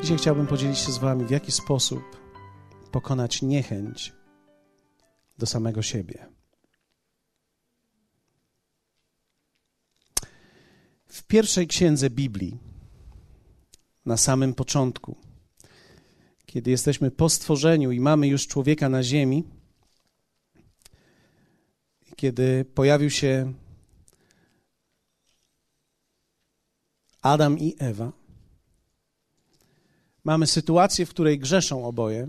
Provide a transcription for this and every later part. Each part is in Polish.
Dzisiaj chciałbym podzielić się z wami, w jaki sposób pokonać niechęć do samego siebie. W pierwszej księdze Biblii, na samym początku, kiedy jesteśmy po stworzeniu i mamy już człowieka na ziemi, kiedy pojawił się Adam i Ewa, mamy sytuację, w której grzeszą oboje.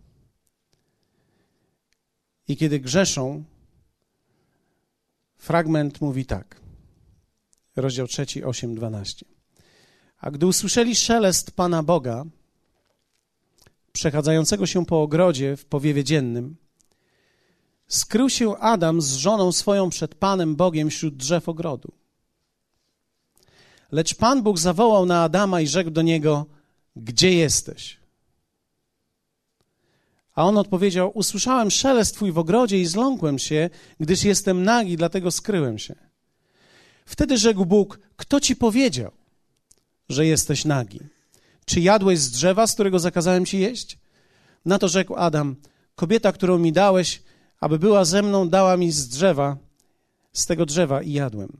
I kiedy grzeszą, fragment mówi tak, rozdział 3, 8-12. A gdy usłyszeli szelest Pana Boga, przechadzającego się po ogrodzie w powiewie dziennym, skrył się Adam z żoną swoją przed Panem Bogiem wśród drzew ogrodu. Lecz Pan Bóg zawołał na Adama i rzekł do niego: gdzie jesteś? A on odpowiedział: usłyszałem szelest twój w ogrodzie i zląkłem się, gdyż jestem nagi, dlatego skryłem się. Wtedy rzekł Bóg: kto ci powiedział, że jesteś nagi? Czy jadłeś z drzewa, z którego zakazałem ci jeść? Na to rzekł Adam: kobieta, którą mi dałeś, aby była ze mną, dała mi z tego drzewa i jadłem.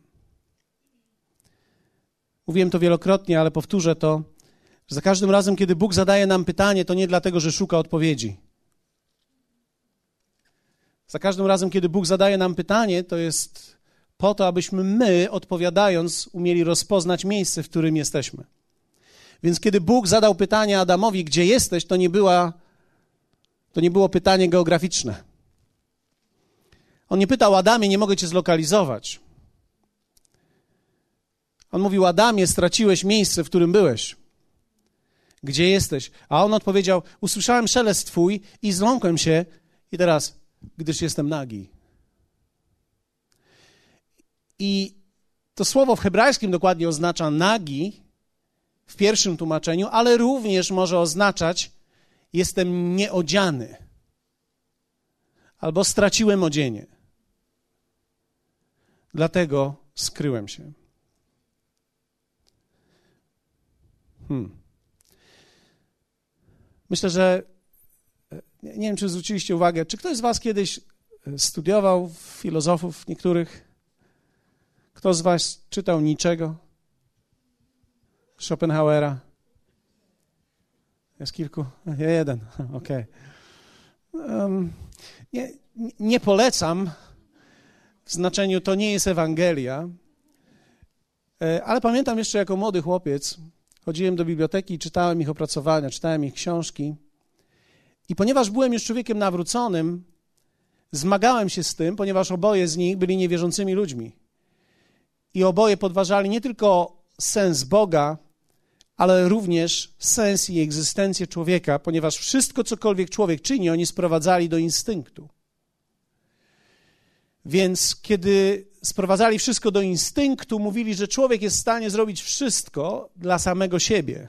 Mówiłem to wielokrotnie, ale powtórzę to, że za każdym razem, kiedy Bóg zadaje nam pytanie, to nie dlatego, że szuka odpowiedzi. Za każdym razem, kiedy Bóg zadaje nam pytanie, to jest po to, abyśmy my, odpowiadając, umieli rozpoznać miejsce, w którym jesteśmy. Więc kiedy Bóg zadał pytanie Adamowi, gdzie jesteś, to nie było pytanie geograficzne. On nie pytał: Adamie, nie mogę cię zlokalizować. On mówił: Adamie, straciłeś miejsce, w którym byłeś. Gdzie jesteś? A on odpowiedział: usłyszałem szelest twój i zląkłem się i teraz, gdyż jestem nagi. I to słowo w hebrajskim dokładnie oznacza nagi w pierwszym tłumaczeniu, ale również może oznaczać jestem nieodziany albo straciłem odzienie. Dlatego skryłem się. Myślę, że nie wiem, czy zwróciliście uwagę, czy ktoś z was kiedyś studiował filozofów niektórych? Kto z was czytał Niczego? Schopenhauera? Jest kilku? Jeden, okej. Nie polecam, w znaczeniu to nie jest Ewangelia, ale pamiętam jeszcze jako młody chłopiec, chodziłem do biblioteki i czytałem ich opracowania, czytałem ich książki. I ponieważ byłem już człowiekiem nawróconym, zmagałem się z tym, ponieważ oboje z nich byli niewierzącymi ludźmi. I oboje podważali nie tylko sens Boga, ale również sens i egzystencję człowieka, ponieważ wszystko, cokolwiek człowiek czyni, oni sprowadzali do instynktu. Więc kiedy sprowadzali wszystko do instynktu, mówili, że człowiek jest w stanie zrobić wszystko dla samego siebie.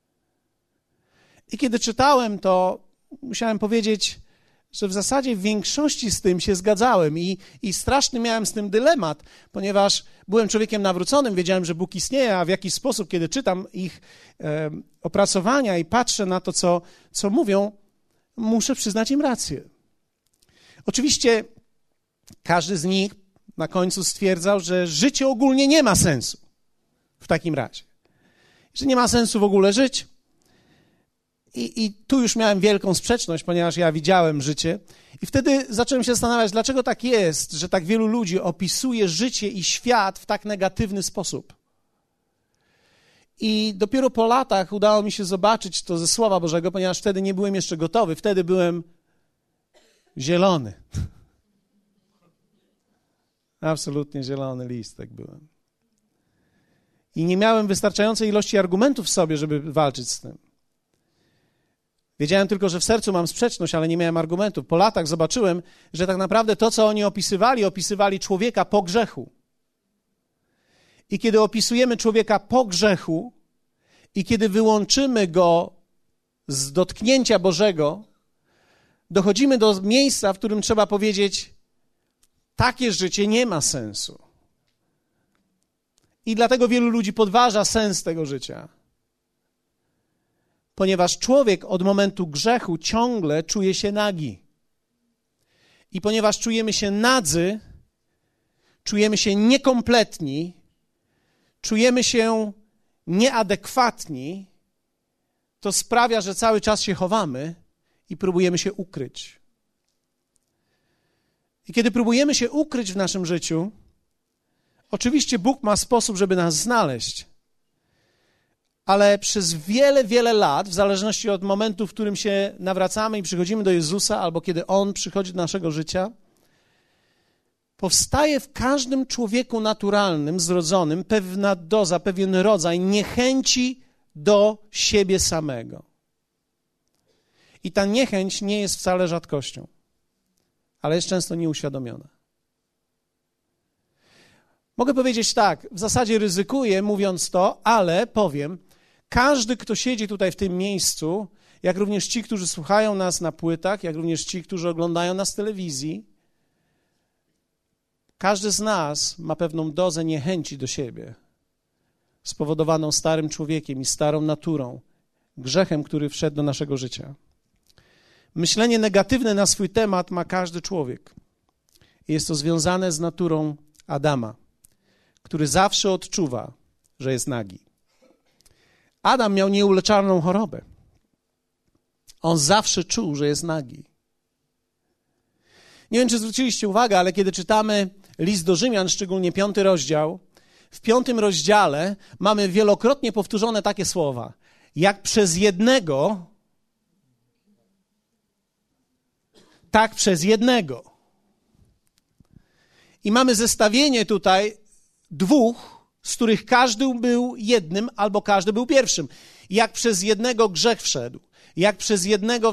I kiedy czytałem to, musiałem powiedzieć, że w zasadzie w większości z tym się zgadzałem i straszny miałem z tym dylemat, ponieważ byłem człowiekiem nawróconym, wiedziałem, że Bóg istnieje, a w jakiś sposób, kiedy czytam ich opracowania i patrzę na to, co mówią, muszę przyznać im rację. Oczywiście każdy z nich na końcu stwierdzał, że życie ogólnie nie ma sensu w takim razie. Że nie ma sensu w ogóle żyć. I tu już miałem wielką sprzeczność, ponieważ ja widziałem życie. I wtedy zacząłem się zastanawiać, dlaczego tak jest, że tak wielu ludzi opisuje życie i świat w tak negatywny sposób. I dopiero po latach udało mi się zobaczyć to ze Słowa Bożego, ponieważ wtedy nie byłem jeszcze gotowy. Wtedy byłem zielony. Absolutnie zielony listek byłem. I nie miałem wystarczającej ilości argumentów w sobie, żeby walczyć z tym. Wiedziałem tylko, że w sercu mam sprzeczność, ale nie miałem argumentów. Po latach zobaczyłem, że tak naprawdę to, co oni opisywali człowieka po grzechu. I kiedy opisujemy człowieka po grzechu i kiedy wyłączymy go z dotknięcia Bożego, dochodzimy do miejsca, w którym trzeba powiedzieć: takie życie nie ma sensu. I dlatego wielu ludzi podważa sens tego życia. Ponieważ człowiek od momentu grzechu ciągle czuje się nagi. I ponieważ czujemy się nadzy, czujemy się niekompletni, czujemy się nieadekwatni, to sprawia, że cały czas się chowamy i próbujemy się ukryć. I kiedy próbujemy się ukryć w naszym życiu, oczywiście Bóg ma sposób, żeby nas znaleźć, ale przez wiele, wiele lat, w zależności od momentu, w którym się nawracamy i przychodzimy do Jezusa, albo kiedy On przychodzi do naszego życia, powstaje w każdym człowieku naturalnym, zrodzonym, pewna doza, pewien rodzaj niechęci do siebie samego. I ta niechęć nie jest wcale rzadkością, ale jest często nieuświadomiona. Mogę powiedzieć tak, w zasadzie ryzykuję mówiąc to, ale powiem, każdy, kto siedzi tutaj w tym miejscu, jak również ci, którzy słuchają nas na płytach, jak również ci, którzy oglądają nas w telewizji, każdy z nas ma pewną dozę niechęci do siebie, spowodowaną starym człowiekiem i starą naturą, grzechem, który wszedł do naszego życia. Myślenie negatywne na swój temat ma każdy człowiek. Jest to związane z naturą Adama, który zawsze odczuwa, że jest nagi. Adam miał nieuleczalną chorobę. On zawsze czuł, że jest nagi. Nie wiem, czy zwróciliście uwagę, ale kiedy czytamy list do Rzymian, szczególnie 5 rozdział, w 5 rozdziale mamy wielokrotnie powtórzone takie słowa. Jak przez jednego, tak przez jednego. I mamy zestawienie tutaj dwóch, z których każdy był jednym albo każdy był pierwszym. Jak przez jednego grzech wszedł, jak przez jednego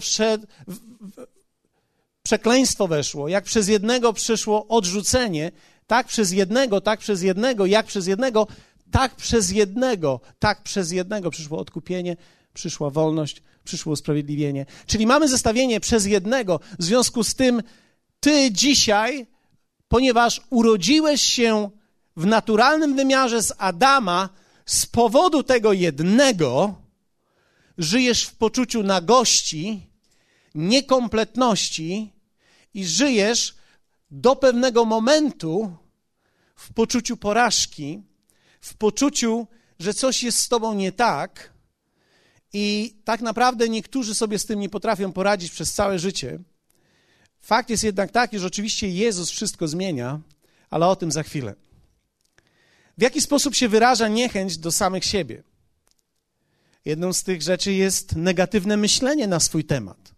przekleństwo weszło, jak przez jednego przyszło odrzucenie, tak przez jednego, tak przez jednego, jak przez jednego, tak przez jednego, tak przez jednego przyszło odkupienie, przyszła wolność, przyszło usprawiedliwienie. Czyli mamy zestawienie przez jednego, w związku z tym ty dzisiaj, ponieważ urodziłeś się w naturalnym wymiarze z Adama, z powodu tego jednego żyjesz w poczuciu nagości, niekompletności i żyjesz do pewnego momentu w poczuciu porażki, w poczuciu, że coś jest z tobą nie tak i tak naprawdę niektórzy sobie z tym nie potrafią poradzić przez całe życie. Fakt jest jednak taki, że oczywiście Jezus wszystko zmienia, ale o tym za chwilę. W jaki sposób się wyraża niechęć do samych siebie? Jedną z tych rzeczy jest negatywne myślenie na swój temat.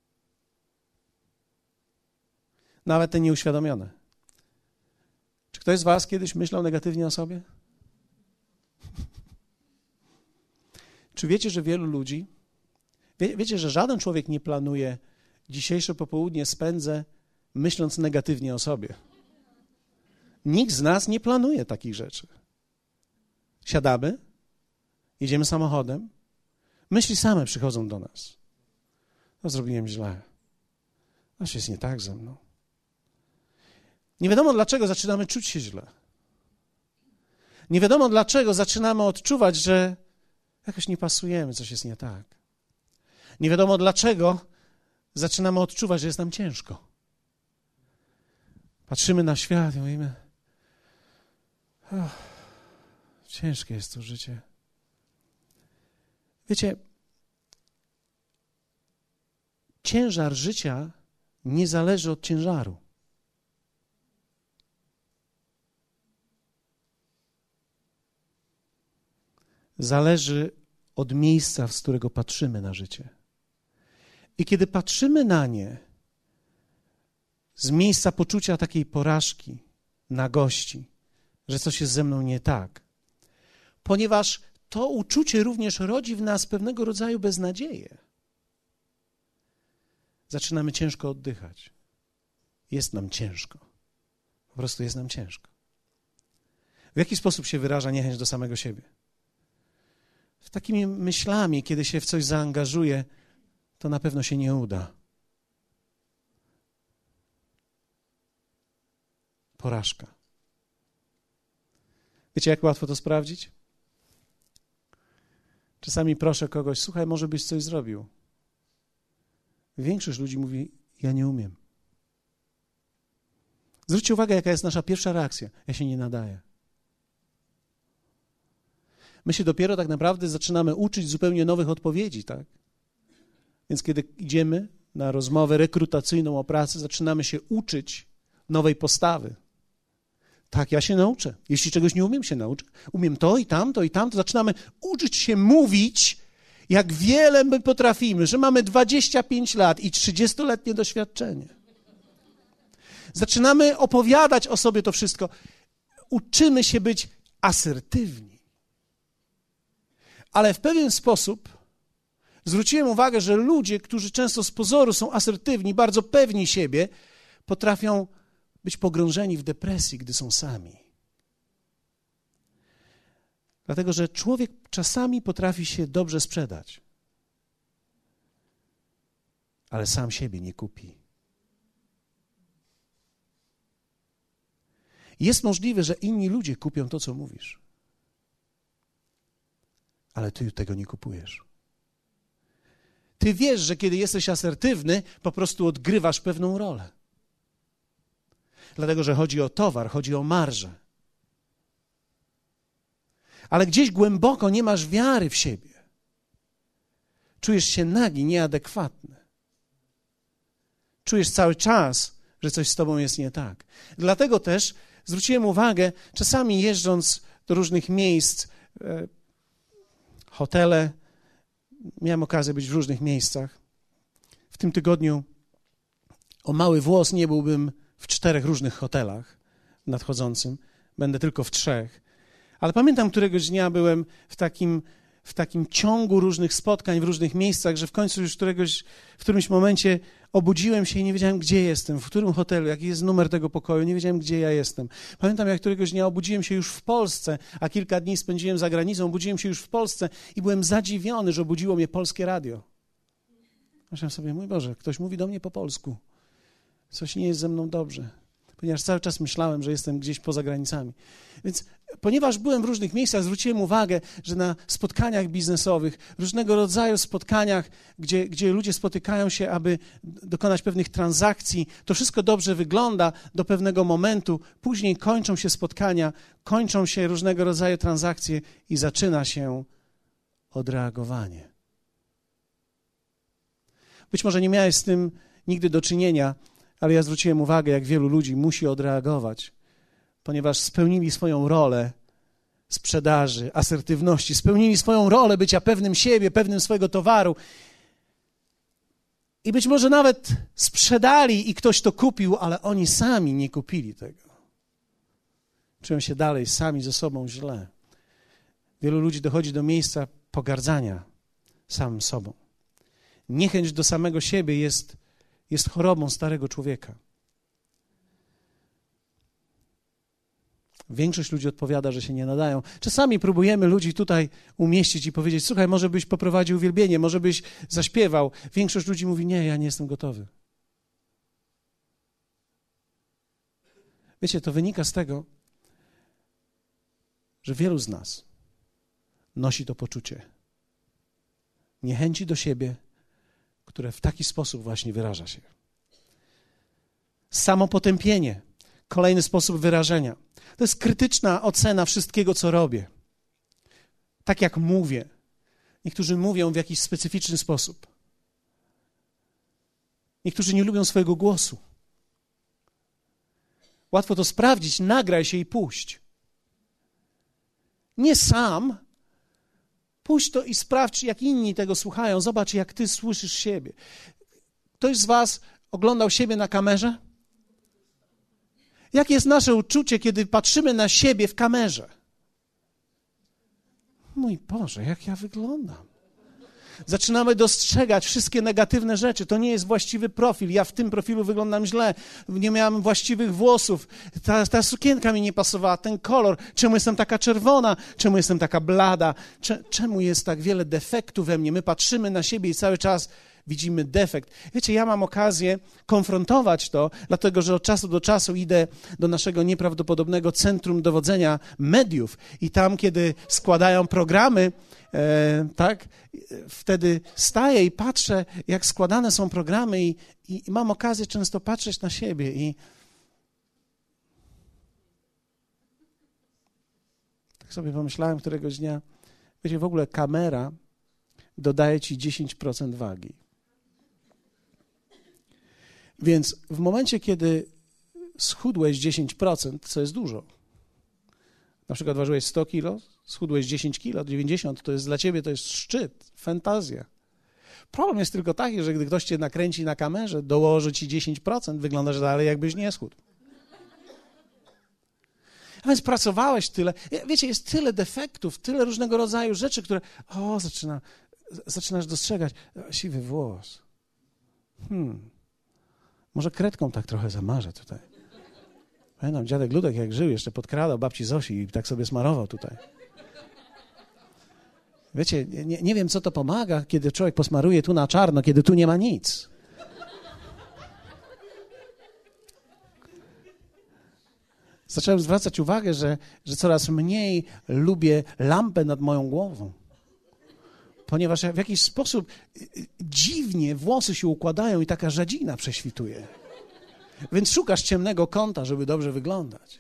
Nawet te nieuświadomione. Czy ktoś z was kiedyś myślał negatywnie o sobie? Czy wiecie, że wielu ludzi, wiecie, że żaden człowiek nie planuje dzisiejsze popołudnie spędzę myśląc negatywnie o sobie. Nikt z nas nie planuje takich rzeczy. Siadamy, jedziemy samochodem, myśli same przychodzą do nas. No, zrobiłem źle. Coś jest nie tak ze mną. Nie wiadomo, dlaczego zaczynamy czuć się źle. Nie wiadomo, dlaczego zaczynamy odczuwać, że jakoś nie pasujemy, coś jest nie tak. Nie wiadomo, dlaczego zaczynamy odczuwać, że jest nam ciężko. Patrzymy na świat i mówimy, ciężkie jest to życie. Wiecie, ciężar życia nie zależy od ciężaru. Zależy od miejsca, z którego patrzymy na życie. I kiedy patrzymy na nie z miejsca poczucia takiej porażki, nagości, że coś jest ze mną nie tak, ponieważ to uczucie również rodzi w nas pewnego rodzaju beznadzieję. Zaczynamy ciężko oddychać. Jest nam ciężko. Po prostu jest nam ciężko. W jaki sposób się wyraża niechęć do samego siebie? W takimi myślami, kiedy się w coś zaangażuje, to na pewno się nie uda. Porażka. Wiecie, jak łatwo to sprawdzić? Czasami proszę kogoś, słuchaj, może byś coś zrobił. Większość ludzi mówi, ja nie umiem. Zwróćcie uwagę, jaka jest nasza pierwsza reakcja. Ja się nie nadaję. My się dopiero tak naprawdę zaczynamy uczyć zupełnie nowych odpowiedzi, tak? Więc kiedy idziemy na rozmowę rekrutacyjną o pracę, zaczynamy się uczyć nowej postawy. Tak, ja się nauczę. Jeśli czegoś nie umiem, się nauczę. Umiem to i tamto i tamto. Zaczynamy uczyć się mówić, jak wiele my potrafimy, że mamy 25 lat i 30-letnie doświadczenie. Zaczynamy opowiadać o sobie to wszystko. Uczymy się być asertywni. Ale w pewien sposób zwróciłem uwagę, że ludzie, którzy często z pozoru są asertywni, bardzo pewni siebie, potrafią być pogrążeni w depresji, gdy są sami. Dlatego, że człowiek czasami potrafi się dobrze sprzedać, ale sam siebie nie kupi. Jest możliwe, że inni ludzie kupią to, co mówisz, ale ty tego nie kupujesz. Ty wiesz, że kiedy jesteś asertywny, po prostu odgrywasz pewną rolę. Dlatego, że chodzi o towar, chodzi o marżę. Ale gdzieś głęboko nie masz wiary w siebie. Czujesz się nagi, nieadekwatny. Czujesz cały czas, że coś z tobą jest nie tak. Dlatego też zwróciłem uwagę, czasami jeżdżąc do różnych miejsc, hotele, miałem okazję być w różnych miejscach. W tym tygodniu o mały włos nie byłbym w 4 różnych hotelach nadchodzącym. Będę tylko w 3. Ale pamiętam, któregoś dnia byłem w takim ciągu różnych spotkań w różnych miejscach, że w końcu już w którymś momencie obudziłem się i nie wiedziałem, gdzie jestem, w którym hotelu, jaki jest numer tego pokoju, nie wiedziałem, gdzie ja jestem. Pamiętam, jak któregoś dnia obudziłem się już w Polsce, a kilka dni spędziłem za granicą, obudziłem się już w Polsce i byłem zadziwiony, że obudziło mnie polskie radio. Myślałem sobie, mój Boże, ktoś mówi do mnie po polsku. Coś nie jest ze mną dobrze, ponieważ cały czas myślałem, że jestem gdzieś poza granicami. Więc ponieważ byłem w różnych miejscach, zwróciłem uwagę, że na spotkaniach biznesowych, różnego rodzaju spotkaniach, gdzie ludzie spotykają się, aby dokonać pewnych transakcji, to wszystko dobrze wygląda do pewnego momentu, później kończą się spotkania, kończą się różnego rodzaju transakcje i zaczyna się odreagowanie. Być może nie miałeś z tym nigdy do czynienia, ale ja zwróciłem uwagę, jak wielu ludzi musi odreagować, ponieważ spełnili swoją rolę sprzedaży, asertywności, spełnili swoją rolę bycia pewnym siebie, pewnym swojego towaru i być może nawet sprzedali i ktoś to kupił, ale oni sami nie kupili tego. Czują się dalej sami ze sobą źle. Wielu ludzi dochodzi do miejsca pogardzania samym sobą. Niechęć do samego siebie jest chorobą starego człowieka. Większość ludzi odpowiada, że się nie nadają. Czasami próbujemy ludzi tutaj umieścić i powiedzieć, słuchaj, może byś poprowadził uwielbienie, może byś zaśpiewał. Większość ludzi mówi, nie, ja nie jestem gotowy. Wiecie, to wynika z tego, że wielu z nas nosi to poczucie niechęci do siebie, które w taki sposób właśnie wyraża się. Samopotępienie, kolejny sposób wyrażenia. To jest krytyczna ocena wszystkiego, co robię. Tak jak mówię. Niektórzy mówią w jakiś specyficzny sposób. Niektórzy nie lubią swojego głosu. Łatwo to sprawdzić, nagraj się i puść. Nie sam, puść to i sprawdź, jak inni tego słuchają. Zobacz, jak ty słyszysz siebie. Ktoś z was oglądał siebie na kamerze? Jakie jest nasze uczucie, kiedy patrzymy na siebie w kamerze? Mój Boże, jak ja wyglądam. Zaczynamy dostrzegać wszystkie negatywne rzeczy. To nie jest właściwy profil. Ja w tym profilu wyglądam źle. Nie miałem właściwych włosów. Ta sukienka mi nie pasowała. Ten kolor. Czemu jestem taka czerwona? Czemu jestem taka blada? Czemu jest tak wiele defektów we mnie? My patrzymy na siebie i cały czas widzimy defekt. Wiecie, ja mam okazję konfrontować to, dlatego że od czasu do czasu idę do naszego nieprawdopodobnego centrum dowodzenia mediów i tam, kiedy składają programy, tak, wtedy staję i patrzę, jak składane są programy i mam okazję często patrzeć na siebie i tak sobie pomyślałem któregoś dnia, wiecie, w ogóle kamera dodaje ci 10% wagi. Więc w momencie, kiedy schudłeś 10%, co jest dużo, na przykład ważyłeś 100 kilo, schudłeś 10 kilo, 90, to jest dla ciebie, to jest szczyt, fantazja. Problem jest tylko taki, że gdy ktoś cię nakręci na kamerze, dołoży ci 10%, wyglądasz dalej, jakbyś nie schudł. A więc pracowałeś tyle. Wiecie, jest tyle defektów, tyle różnego rodzaju rzeczy, które... zaczynasz dostrzegać. Siwy włos. Może kredką tak trochę zamarzę tutaj. Pamiętam, dziadek Ludek jak żył, jeszcze podkradał babci Zosi i tak sobie smarował tutaj. Wiecie, nie wiem, co to pomaga, kiedy człowiek posmaruje tu na czarno, kiedy tu nie ma nic. Zacząłem zwracać uwagę, że coraz mniej lubię lampę nad moją głową, ponieważ w jakiś sposób dziwnie włosy się układają i taka żadzina prześwituje. Więc szukasz ciemnego kąta, żeby dobrze wyglądać.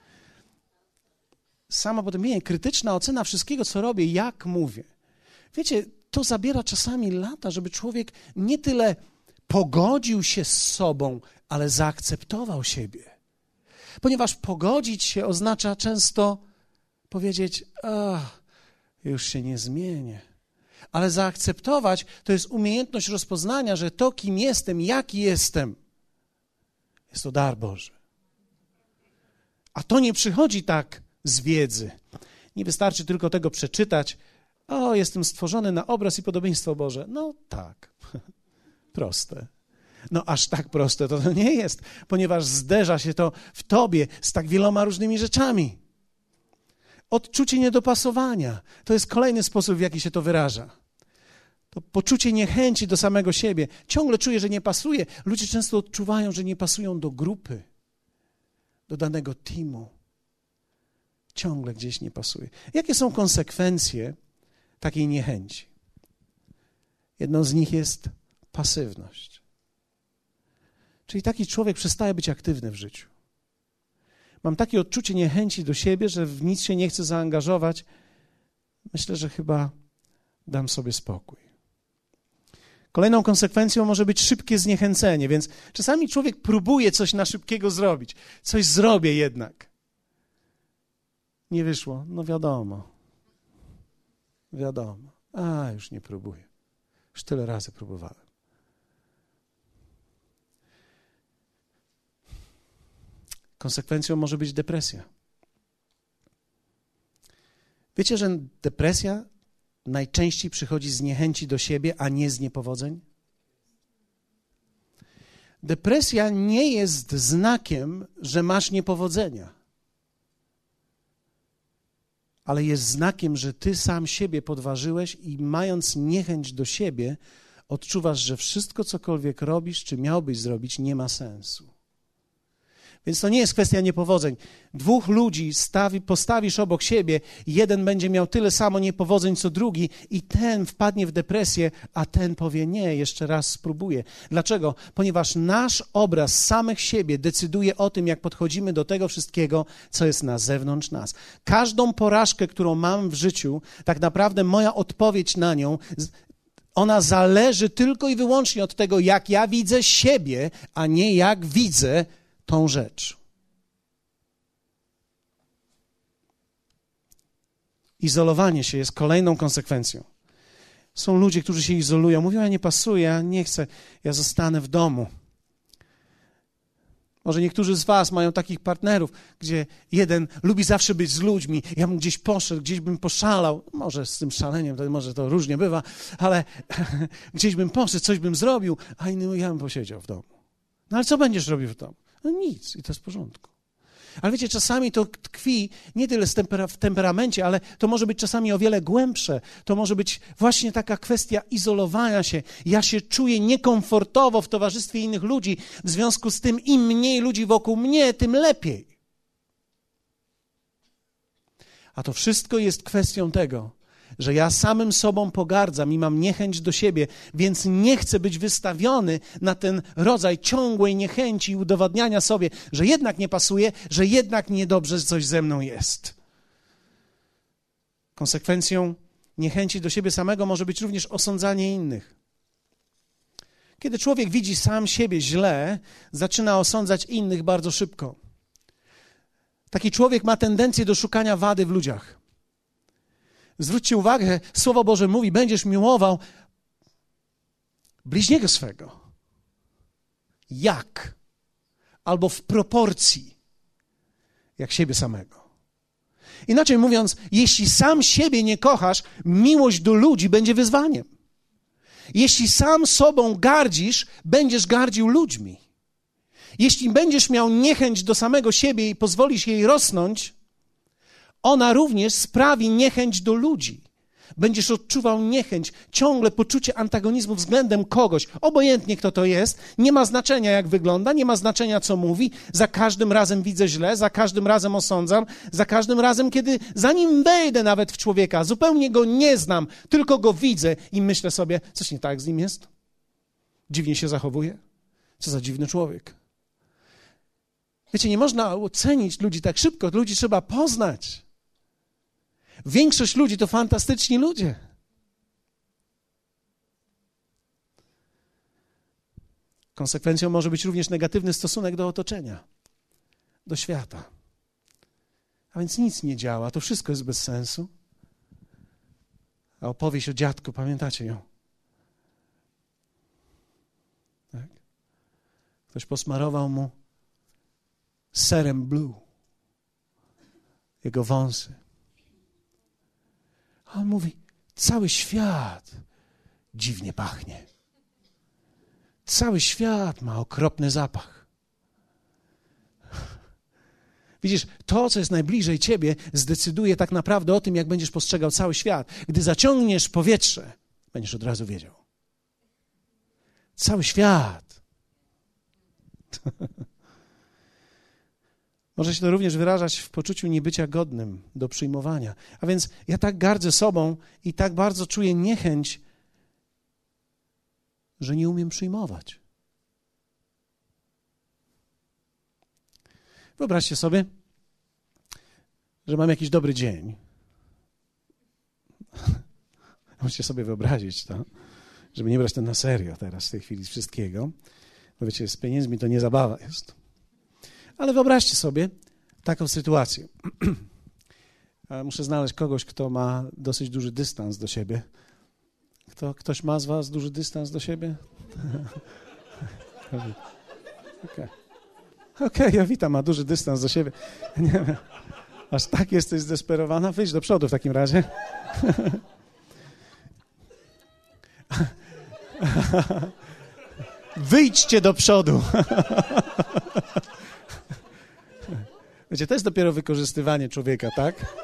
Samo potępienie, krytyczna ocena wszystkiego, co robię, jak mówię. Wiecie, to zabiera czasami lata, żeby człowiek nie tyle pogodził się z sobą, ale zaakceptował siebie. Ponieważ pogodzić się oznacza często powiedzieć, już się nie zmienię. Ale zaakceptować to jest umiejętność rozpoznania, że to, kim jestem, jaki jestem, jest to dar Boży. A to nie przychodzi tak z wiedzy. Nie wystarczy tylko tego przeczytać. Jestem stworzony na obraz i podobieństwo Boże. No tak, proste. No aż tak proste to nie jest, ponieważ zderza się to w tobie z tak wieloma różnymi rzeczami. Odczucie niedopasowania to jest kolejny sposób, w jaki się to wyraża. To poczucie niechęci do samego siebie. Ciągle czuję, że nie pasuje. Ludzie często odczuwają, że nie pasują do grupy, do danego teamu. Ciągle gdzieś nie pasuje. Jakie są konsekwencje takiej niechęci? Jedną z nich jest pasywność. Czyli taki człowiek przestaje być aktywny w życiu. Mam takie odczucie niechęci do siebie, że w nic się nie chcę zaangażować. Myślę, że chyba dam sobie spokój. Kolejną konsekwencją może być szybkie zniechęcenie, więc czasami człowiek próbuje coś na szybkiego zrobić. Coś zrobię jednak. Nie wyszło. No wiadomo. Już nie próbuję. Już tyle razy próbowałem. Konsekwencją może być depresja. Wiecie, że depresja najczęściej przychodzi z niechęci do siebie, a nie z niepowodzeń? Depresja nie jest znakiem, że masz niepowodzenia, ale jest znakiem, że ty sam siebie podważyłeś i mając niechęć do siebie, odczuwasz, że wszystko, cokolwiek robisz, czy miałbyś zrobić, nie ma sensu. Więc to nie jest kwestia niepowodzeń. Dwóch ludzi postawisz obok siebie, jeden będzie miał tyle samo niepowodzeń, co drugi i ten wpadnie w depresję, a ten powie nie, jeszcze raz spróbuję. Dlaczego? Ponieważ nasz obraz samych siebie decyduje o tym, jak podchodzimy do tego wszystkiego, co jest na zewnątrz nas. Każdą porażkę, którą mam w życiu, tak naprawdę moja odpowiedź na nią, ona zależy tylko i wyłącznie od tego, jak ja widzę siebie, a nie jak widzę tą rzecz. Izolowanie się jest kolejną konsekwencją. Są ludzie, którzy się izolują, mówią, ja nie pasuję, ja nie chcę, ja zostanę w domu. Może niektórzy z was mają takich partnerów, gdzie jeden lubi zawsze być z ludźmi, ja bym gdzieś poszedł, gdzieś bym poszalał, może z tym szaleniem, może to różnie bywa, ale gdzieś bym poszedł, coś bym zrobił, a inny ja bym posiedział w domu. No ale co będziesz robił w domu? No nic i to jest w porządku. Ale wiecie, czasami to tkwi nie tyle w temperamencie, ale to może być czasami o wiele głębsze. To może być właśnie taka kwestia izolowania się. Ja się czuję niekomfortowo w towarzystwie innych ludzi. W związku z tym im mniej ludzi wokół mnie, tym lepiej. A to wszystko jest kwestią tego, że ja samym sobą pogardzam i mam niechęć do siebie, więc nie chcę być wystawiony na ten rodzaj ciągłej niechęci i udowadniania sobie, że jednak nie pasuje, że jednak niedobrze coś ze mną jest. Konsekwencją niechęci do siebie samego może być również osądzanie innych. Kiedy człowiek widzi sam siebie źle, zaczyna osądzać innych bardzo szybko. Taki człowiek ma tendencję do szukania wady w ludziach. Zwróćcie uwagę, Słowo Boże mówi, będziesz miłował bliźniego swego. Jak? Albo w proporcji, jak siebie samego. Inaczej mówiąc, jeśli sam siebie nie kochasz, miłość do ludzi będzie wyzwaniem. Jeśli sam sobą gardzisz, będziesz gardził ludźmi. Jeśli będziesz miał niechęć do samego siebie i pozwolisz jej rosnąć, ona również sprawi niechęć do ludzi. Będziesz odczuwał niechęć, ciągle poczucie antagonizmu względem kogoś. Obojętnie kto to jest, nie ma znaczenia jak wygląda, nie ma znaczenia co mówi. Za każdym razem widzę źle, za każdym razem osądzam, za każdym razem, kiedy zanim wejdę nawet w człowieka, zupełnie go nie znam, tylko go widzę i myślę sobie, coś nie tak z nim jest? Dziwnie się zachowuje? Co za dziwny człowiek. Wiecie, nie można ocenić ludzi tak szybko, ludzi trzeba poznać. Większość ludzi to fantastyczni ludzie. Konsekwencją może być również negatywny stosunek do otoczenia, do świata. A więc nic nie działa, to wszystko jest bez sensu. A opowieść o dziadku, pamiętacie ją? Tak? Ktoś posmarował mu serem blue jego wąsy. A on mówi, cały świat dziwnie pachnie. Cały świat ma okropny zapach. Widzisz, to, co jest najbliżej ciebie, zdecyduje tak naprawdę o tym, jak będziesz postrzegał cały świat. Gdy zaciągniesz powietrze, będziesz od razu wiedział. Cały świat. Może się to również wyrażać w poczuciu niebycia godnym do przyjmowania. A więc ja tak gardzę sobą i tak bardzo czuję niechęć, że nie umiem przyjmować. Wyobraźcie sobie, że mam jakiś dobry dzień. Musicie sobie wyobrazić to, żeby nie brać to na serio teraz w tej chwili z wszystkiego. Bo wiecie, z pieniędzmi to nie zabawa jest. Ale wyobraźcie sobie taką sytuację. Muszę znaleźć kogoś, kto ma dosyć duży dystans do siebie. Ktoś ma z was duży dystans do siebie? Okej, Jowita ma duży dystans do siebie. Nie wiem, aż tak jesteś zdesperowana? Wyjdź do przodu w takim razie. Wyjdźcie do przodu. Wiecie, to jest dopiero wykorzystywanie człowieka, tak?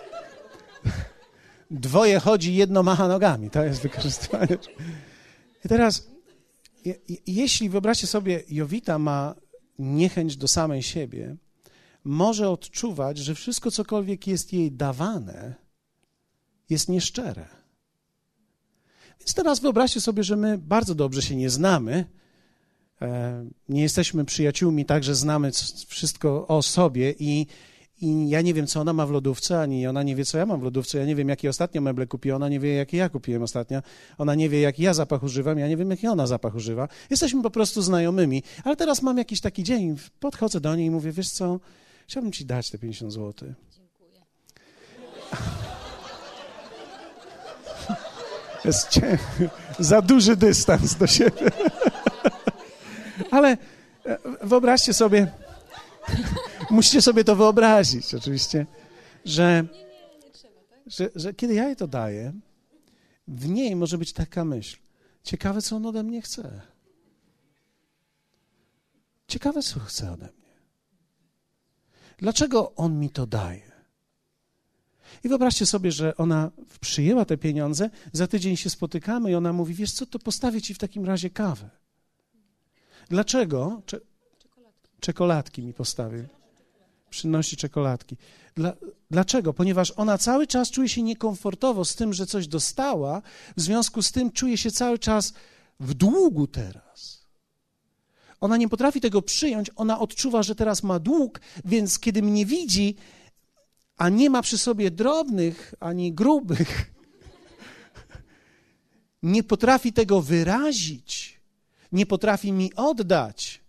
Dwoje chodzi, jedno macha nogami. To jest wykorzystywanie. I teraz, jeśli wyobraźcie sobie, Jowita ma niechęć do samej siebie, może odczuwać, że wszystko, cokolwiek jest jej dawane, jest nieszczere. Więc teraz wyobraźcie sobie, że my bardzo dobrze się nie znamy, nie jesteśmy przyjaciółmi, także znamy wszystko o sobie i ja nie wiem, co ona ma w lodówce, ani ona nie wie, co ja mam w lodówce. Ja nie wiem, jakie ostatnio meble kupiła, ona nie wie, jakie ja kupiłem ostatnio. Ona nie wie, jaki ja zapach używam, ja nie wiem, jaki ona zapach używa. Jesteśmy po prostu znajomymi, ale teraz mam jakiś taki dzień, podchodzę do niej i mówię, wiesz co, chciałbym ci dać te 50 zł. Dziękuję. Jest za duży dystans do siebie. Ale wyobraźcie sobie, musicie sobie to wyobrazić oczywiście, że kiedy ja jej to daję, w niej może być taka myśl, ciekawe, co on ode mnie chce. Ciekawe, co chce ode mnie. Dlaczego on mi to daje? I wyobraźcie sobie, że ona przyjęła te pieniądze, za tydzień się spotykamy i ona mówi, wiesz co, to postawię ci w takim razie kawę. Dlaczego? Czekoladki mi postawił. Przynosi czekoladki. Dlaczego? Ponieważ ona cały czas czuje się niekomfortowo z tym, że coś dostała, w związku z tym czuje się cały czas w długu teraz. Ona nie potrafi tego przyjąć, ona odczuwa, że teraz ma dług, więc kiedy mnie widzi, a nie ma przy sobie drobnych ani grubych, nie potrafi tego wyrazić, nie potrafi mi oddać.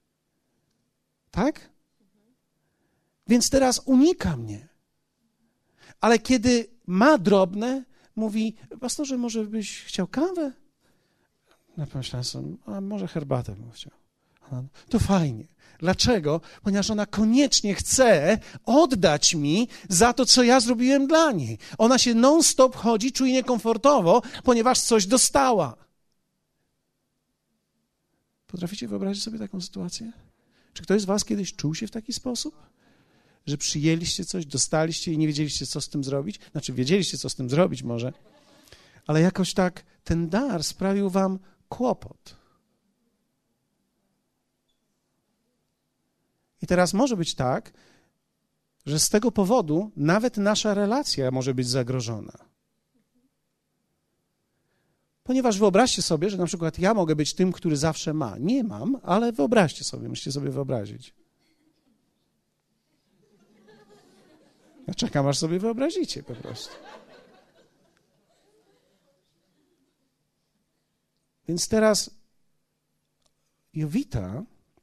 Tak? Więc teraz unika mnie. Ale kiedy ma drobne, mówi, pastorze, może byś chciał kawę? Ja pomyślałem sobie, a może herbatę bym chciał. To fajnie. Dlaczego? Ponieważ ona koniecznie chce oddać mi za to, co ja zrobiłem dla niej. Ona się non-stop chodzi, czuje niekomfortowo, ponieważ coś dostała. Potraficie wyobrazić sobie taką sytuację? Czy ktoś z was kiedyś czuł się w taki sposób? Że przyjęliście coś, dostaliście i nie wiedzieliście, co z tym zrobić? Znaczy, wiedzieliście, co z tym zrobić może, ale jakoś tak ten dar sprawił wam kłopot. I teraz może być tak, że z tego powodu nawet nasza relacja może być zagrożona. Ponieważ wyobraźcie sobie, że na przykład ja mogę być tym, który zawsze ma. Nie mam, ale wyobraźcie sobie, musicie sobie wyobrazić. Ja czekam, aż sobie wyobrazicie po prostu. Więc teraz Jowita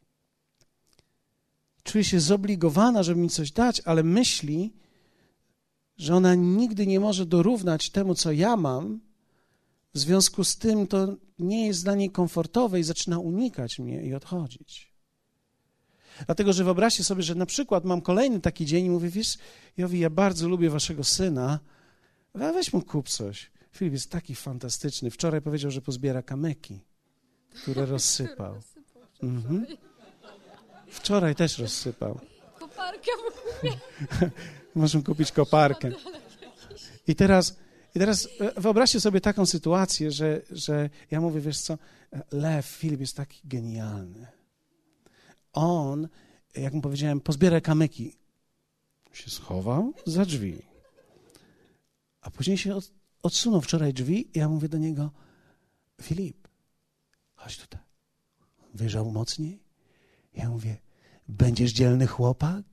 czuje się zobligowana, żeby mi coś dać, ale myśli, że ona nigdy nie może dorównać temu, co ja mam. W związku z tym to nie jest dla niej komfortowe i zaczyna unikać mnie i odchodzić. Dlatego, że wyobraźcie sobie, że na przykład mam kolejny taki dzień i mówię, wiesz, Jowi, ja bardzo lubię waszego syna, weź mu kup coś. Filip jest taki fantastyczny. Wczoraj powiedział, że pozbiera kamyki, które rozsypał. Mhm. Wczoraj też rozsypał. Koparkę mu kupię. Możemy kupić koparkę. I teraz wyobraźcie sobie taką sytuację, że ja mówię, wiesz co, Filip jest taki genialny. On, jak mu powiedziałem, pozbiera kamyki. Się schował za drzwi. A później się odsunął wczoraj drzwi i ja mówię do niego, Filip, chodź tutaj. Wyjrzał mocniej. Ja mówię, będziesz dzielny chłopak?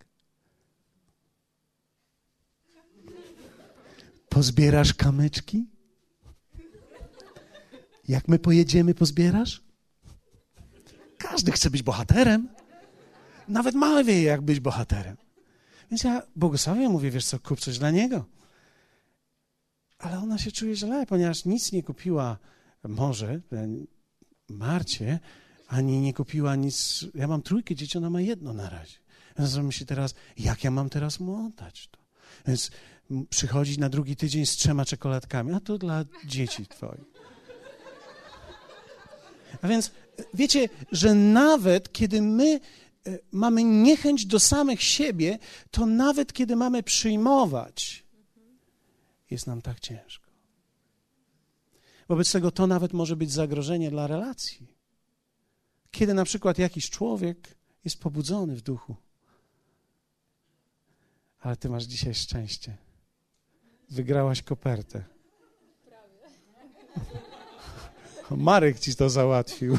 Pozbierasz kamyczki? Jak my pojedziemy, pozbierasz? Każdy chce być bohaterem. Nawet mały wie, jak być bohaterem. Więc ja błogosławię, mówię, wiesz co, kup coś dla niego. Ale ona się czuje źle, ponieważ nic nie kupiła może Marcie, ani nie kupiła nic. Ja mam 3 dzieci, ona ma 1 na razie. Ja myślę teraz, jak ja mam teraz mu oddać to? Więc przychodzi na drugi tydzień z 3 czekoladkami, a to dla dzieci twoich. A więc wiecie, że nawet kiedy my mamy niechęć do samych siebie, to nawet kiedy mamy przyjmować, jest nam tak ciężko. Wobec tego to nawet może być zagrożenie dla relacji. Kiedy na przykład jakiś człowiek jest pobudzony w duchu. Ale ty masz dzisiaj szczęście. Wygrałaś kopertę. Marek ci to załatwił.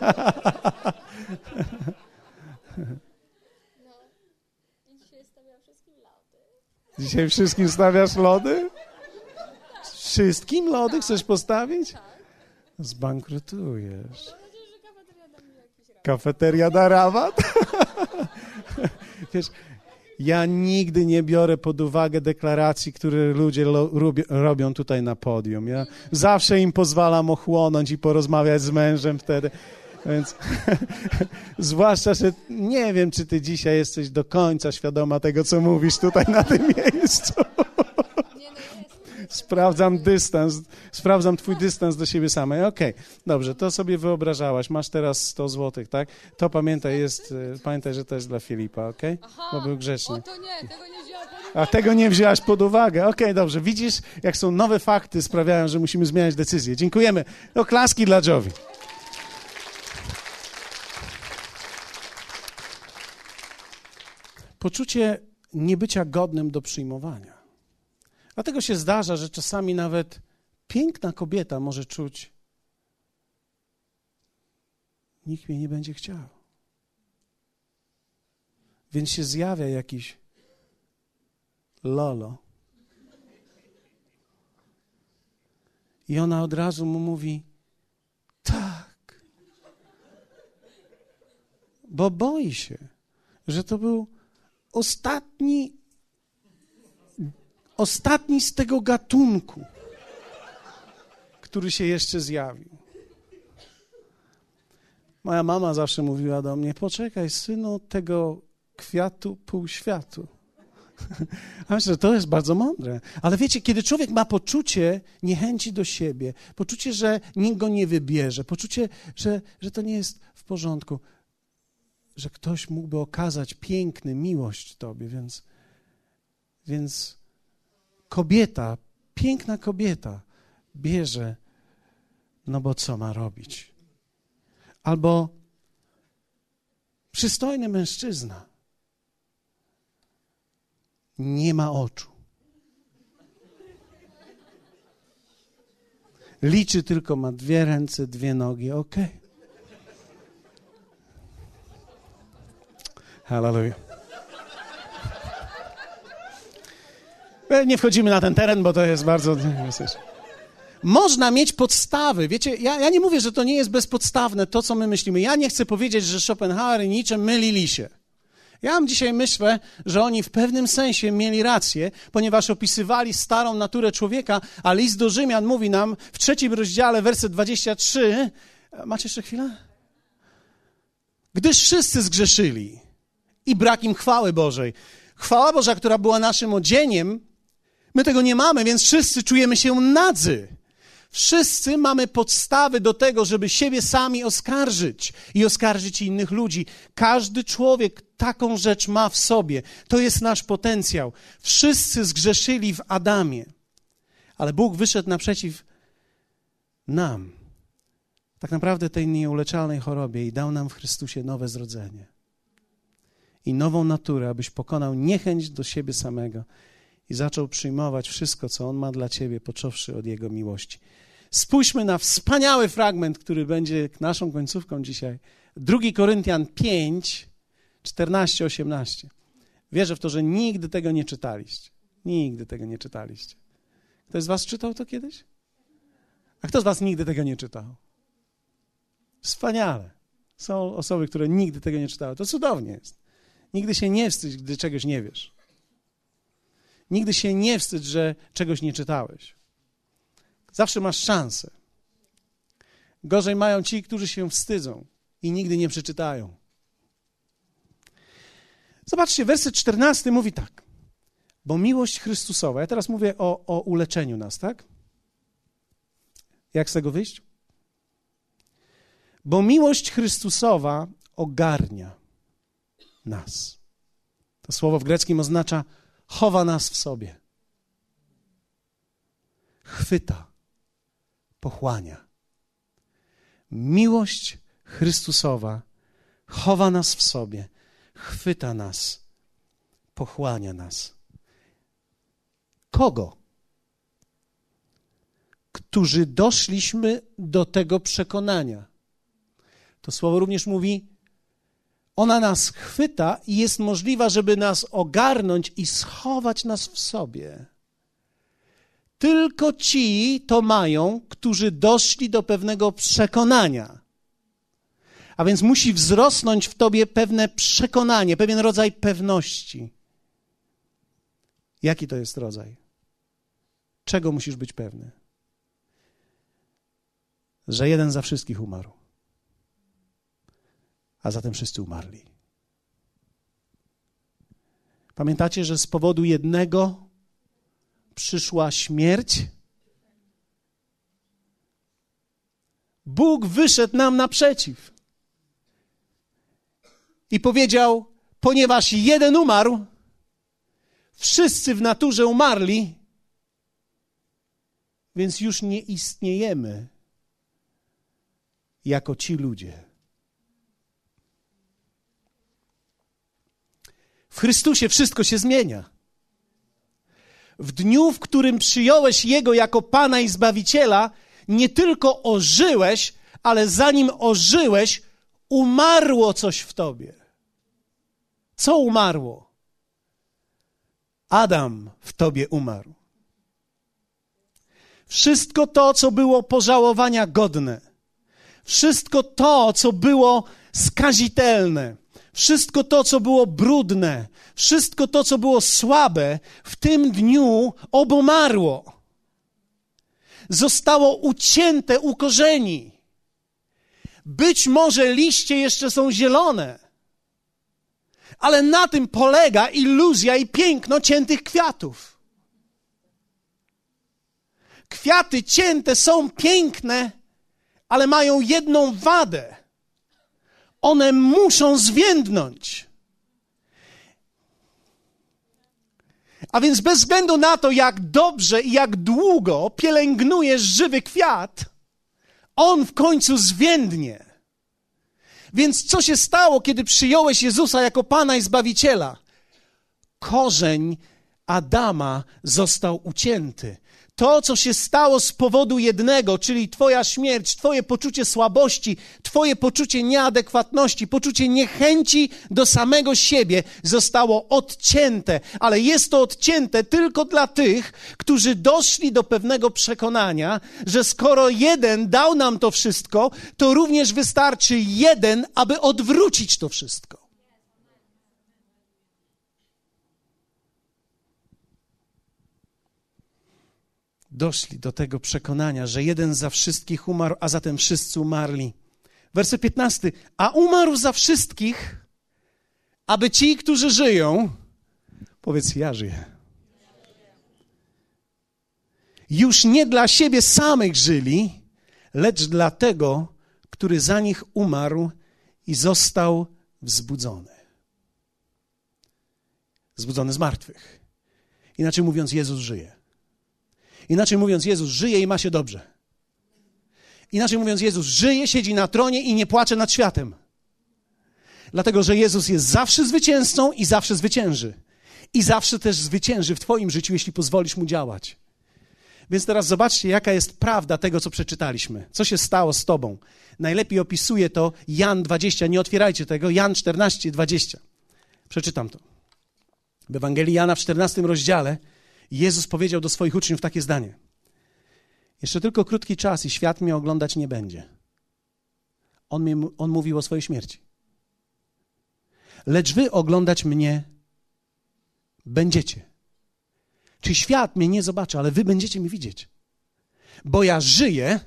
No, i dzisiaj stawiam wszystkim lody. Dzisiaj wszystkim stawiasz lody? Wszystkim lody chcesz postawić? Zbankrutujesz. Mam nadzieję, że kafeteria da mi jakiś rabat. Kafeteria da rabat? Wiesz, ja nigdy nie biorę pod uwagę deklaracji, które ludzie robią tutaj na podium. Ja zawsze im pozwalam ochłonąć i porozmawiać z mężem wtedy. Więc zwłaszcza, że nie wiem, czy ty dzisiaj jesteś do końca świadoma tego, co mówisz tutaj na tym miejscu. Nie, no jest. Sprawdzam twój dystans do siebie samej. Okej, dobrze, to sobie wyobrażałaś. Masz teraz 100 złotych, tak? To pamiętaj, że to jest dla Filipa, okej? Bo był grzeczny. O to nie, tego nie wziąłem pod uwagę. A tego nie wzięłaś pod uwagę. Okej, dobrze. Widzisz, jak są nowe fakty, sprawiają, że musimy zmieniać decyzję. Dziękujemy. Oklaski dla Jovi. Poczucie niebycia godnym do przyjmowania. Dlatego się zdarza, że czasami nawet piękna kobieta może czuć, nikt mnie nie będzie chciał. Więc się zjawia jakiś lolo. I ona od razu mu mówi, tak. Bo boi się, że to był ostatni z tego gatunku, który się jeszcze zjawił. Moja mama zawsze mówiła do mnie, poczekaj, synu, tego kwiatu pół światu. A myślę, że to jest bardzo mądre. Ale wiecie, kiedy człowiek ma poczucie niechęci do siebie, poczucie, że nikt go nie wybierze, poczucie, że to nie jest w porządku, że ktoś mógłby okazać miłość tobie, więc kobieta, piękna kobieta bierze, no bo co ma robić? Albo przystojny mężczyzna nie ma oczu. Liczy tylko, ma 2 ręce, 2 nogi, okej. Hallelujah. Nie wchodzimy na ten teren, bo to jest bardzo... Można mieć podstawy. Wiecie, ja nie mówię, że to nie jest bezpodstawne, to, co my myślimy. Ja nie chcę powiedzieć, że Schopenhauer i Nietzsche mylili się. Ja dzisiaj myślę, że oni w pewnym sensie mieli rację, ponieważ opisywali starą naturę człowieka, a list do Rzymian mówi nam w 3 rozdziale, werset 23... Macie jeszcze chwilę? Gdyż wszyscy zgrzeszyli i brak im chwały Bożej. Chwała Boża, która była naszym odzieniem, my tego nie mamy, więc wszyscy czujemy się nadzy. Wszyscy mamy podstawy do tego, żeby siebie sami oskarżyć i oskarżyć innych ludzi. Każdy człowiek taką rzecz ma w sobie. To jest nasz potencjał. Wszyscy zgrzeszyli w Adamie, ale Bóg wyszedł naprzeciw nam, tak naprawdę tej nieuleczalnej chorobie i dał nam w Chrystusie nowe zrodzenie i nową naturę, abyś pokonał niechęć do siebie samego i zaczął przyjmować wszystko, co On ma dla ciebie, począwszy od Jego miłości. Spójrzmy na wspaniały fragment, który będzie naszą końcówką dzisiaj. 2 Koryntian 5, 14-18. Wierzę w to, że nigdy tego nie czytaliście. Nigdy tego nie czytaliście. Ktoś z was czytał to kiedyś? A kto z was nigdy tego nie czytał? Wspaniale. Są osoby, które nigdy tego nie czytały. To cudownie jest. Nigdy się nie wstydź, gdy czegoś nie wiesz. Nigdy się nie wstydź, że czegoś nie czytałeś. Zawsze masz szansę. Gorzej mają ci, którzy się wstydzą i nigdy nie przeczytają. Zobaczcie, werset 14 mówi tak. Bo miłość Chrystusowa, ja teraz mówię o uleczeniu nas, tak? Jak z tego wyjść? Bo miłość Chrystusowa ogarnia nas. To słowo w greckim oznacza chowa nas w sobie. Chwyta, pochłania. Miłość Chrystusowa chowa nas w sobie, chwyta nas, pochłania nas. Kogo? Którzy doszliśmy do tego przekonania. To słowo również mówi, ona nas chwyta i jest możliwa, żeby nas ogarnąć i schować nas w sobie. Tylko ci to mają, którzy doszli do pewnego przekonania. A więc musi wzrosnąć w tobie pewne przekonanie, pewien rodzaj pewności. Jaki to jest rodzaj? Czego musisz być pewny? Że jeden za wszystkich umarł. A zatem wszyscy umarli. Pamiętacie, że z powodu jednego przyszła śmierć, Bóg wyszedł nam naprzeciw i powiedział, ponieważ jeden umarł, wszyscy w naturze umarli, więc już nie istniejemy jako ci ludzie. W Chrystusie wszystko się zmienia. W dniu, w którym przyjąłeś Jego jako Pana i Zbawiciela, nie tylko ożyłeś, ale zanim ożyłeś, umarło coś w tobie. Co umarło? Adam w tobie umarł. Wszystko to, co było pożałowania godne, wszystko to, co było skazitelne, wszystko to, co było brudne, wszystko to, co było słabe, w tym dniu obumarło. Zostało ucięte u korzeni. Być może liście jeszcze są zielone, ale na tym polega iluzja i piękno ciętych kwiatów. Kwiaty cięte są piękne, ale mają jedną wadę. One muszą zwiędnąć. A więc bez względu na to, jak dobrze i jak długo pielęgnujesz żywy kwiat, on w końcu zwiędnie. Więc co się stało, kiedy przyjąłeś Jezusa jako Pana i Zbawiciela? Korzeń Adama został ucięty. To, co się stało z powodu jednego, czyli twoja śmierć, twoje poczucie słabości, twoje poczucie nieadekwatności, poczucie niechęci do samego siebie, zostało odcięte. Ale jest to odcięte tylko dla tych, którzy doszli do pewnego przekonania, że skoro jeden dał nam to wszystko, to również wystarczy jeden, aby odwrócić to wszystko. Doszli do tego przekonania, że jeden za wszystkich umarł, a zatem wszyscy umarli. Werset 15. A umarł za wszystkich, aby ci, którzy żyją, powiedz, ja żyję. Już nie dla siebie samych żyli, lecz dla tego, który za nich umarł i został wzbudzony. Zbudzony z martwych. Inaczej mówiąc, Jezus żyje. Inaczej mówiąc, Jezus żyje i ma się dobrze. Inaczej mówiąc, Jezus żyje, siedzi na tronie i nie płacze nad światem. Dlatego, że Jezus jest zawsze zwycięzcą i zawsze zwycięży. I zawsze też zwycięży w twoim życiu, jeśli pozwolisz Mu działać. Więc teraz zobaczcie, jaka jest prawda tego, co przeczytaliśmy. Co się stało z tobą? Najlepiej opisuje to Jan 20. Nie otwierajcie tego. Jan 14, 20. Przeczytam to. W Ewangelii Jana w 14 rozdziale Jezus powiedział do swoich uczniów takie zdanie. Jeszcze tylko krótki czas i świat mnie oglądać nie będzie. On mówił o swojej śmierci. Lecz wy oglądać mnie będziecie. Czyli świat mnie nie zobaczy, ale wy będziecie mnie widzieć. Bo ja żyję.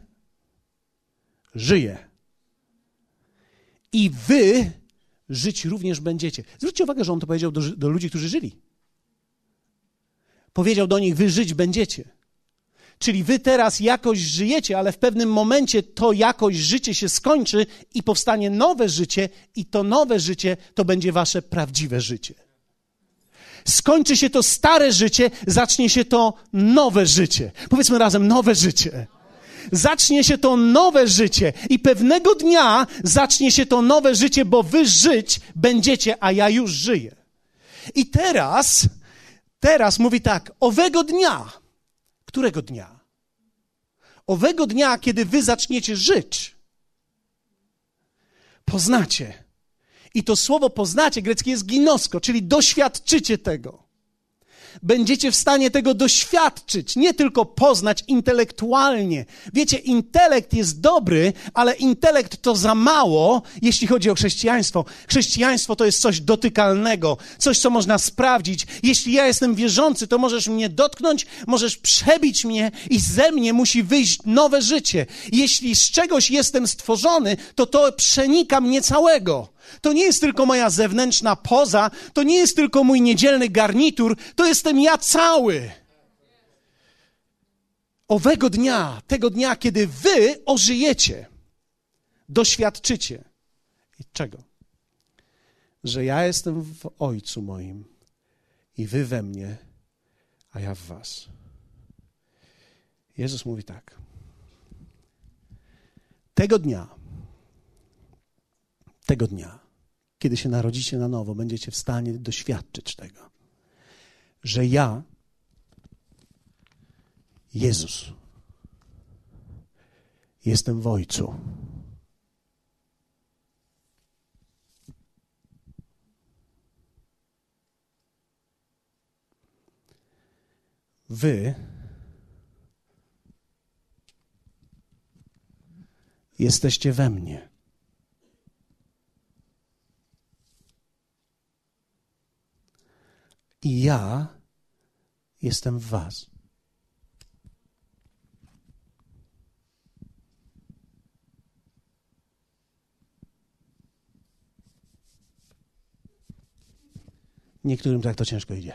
I wy żyć również będziecie. Zwróćcie uwagę, że on to powiedział do ludzi, którzy żyli. Powiedział do nich, wy żyć będziecie. Czyli wy teraz jakoś żyjecie, ale w pewnym momencie to jakoś życie się skończy i powstanie nowe życie i to nowe życie to będzie wasze prawdziwe życie. Skończy się to stare życie, zacznie się to nowe życie. Powiedzmy razem, nowe życie. Zacznie się to nowe życie i pewnego dnia zacznie się to nowe życie, bo wy żyć będziecie, a ja już żyję. I teraz mówi tak, owego dnia, którego dnia? Owego dnia, kiedy wy zaczniecie żyć, poznacie. I to słowo poznacie, greckie jest ginosko, czyli doświadczycie tego. Będziecie w stanie tego doświadczyć, nie tylko poznać intelektualnie. Wiecie, intelekt jest dobry, ale intelekt to za mało, jeśli chodzi o chrześcijaństwo. Chrześcijaństwo to jest coś dotykalnego, coś, co można sprawdzić. Jeśli ja jestem wierzący, to możesz mnie dotknąć, możesz przebić mnie i ze mnie musi wyjść nowe życie. Jeśli z czegoś jestem stworzony, to przenika mnie całego. To nie jest tylko moja zewnętrzna poza, to nie jest tylko mój niedzielny garnitur, to jestem ja cały. owego dnia, tego dnia, kiedy wy ożyjecie, doświadczycie. I czego? Że ja jestem w Ojcu moim i wy we mnie, a ja w was. Jezus mówi tak. Tego dnia, kiedy się narodzicie na nowo, będziecie w stanie doświadczyć tego, że ja, Jezus, jestem w Ojcu. Wy jesteście we mnie. I ja jestem w was. Niektórym tak to ciężko idzie.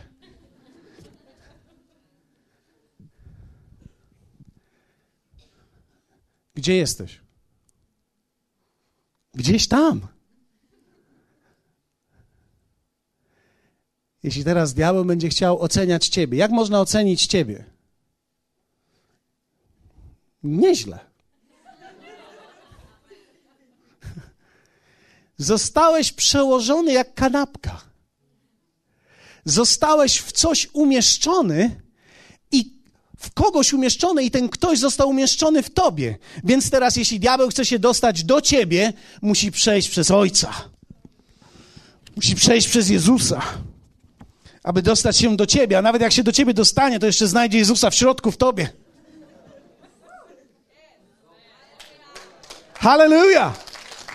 Gdzie jesteś? Gdzieś tam. Jeśli teraz diabeł będzie chciał oceniać ciebie, jak można ocenić ciebie? Nieźle. Zostałeś przełożony jak kanapka. Zostałeś w coś umieszczony i w kogoś umieszczony i ten ktoś został umieszczony w tobie. Więc teraz jeśli diabeł chce się dostać do ciebie, musi przejść przez Ojca. Musi przejść przez Jezusa, aby dostać się do ciebie. A nawet jak się do ciebie dostanie, to jeszcze znajdzie Jezusa w środku, w tobie. Hallelujah!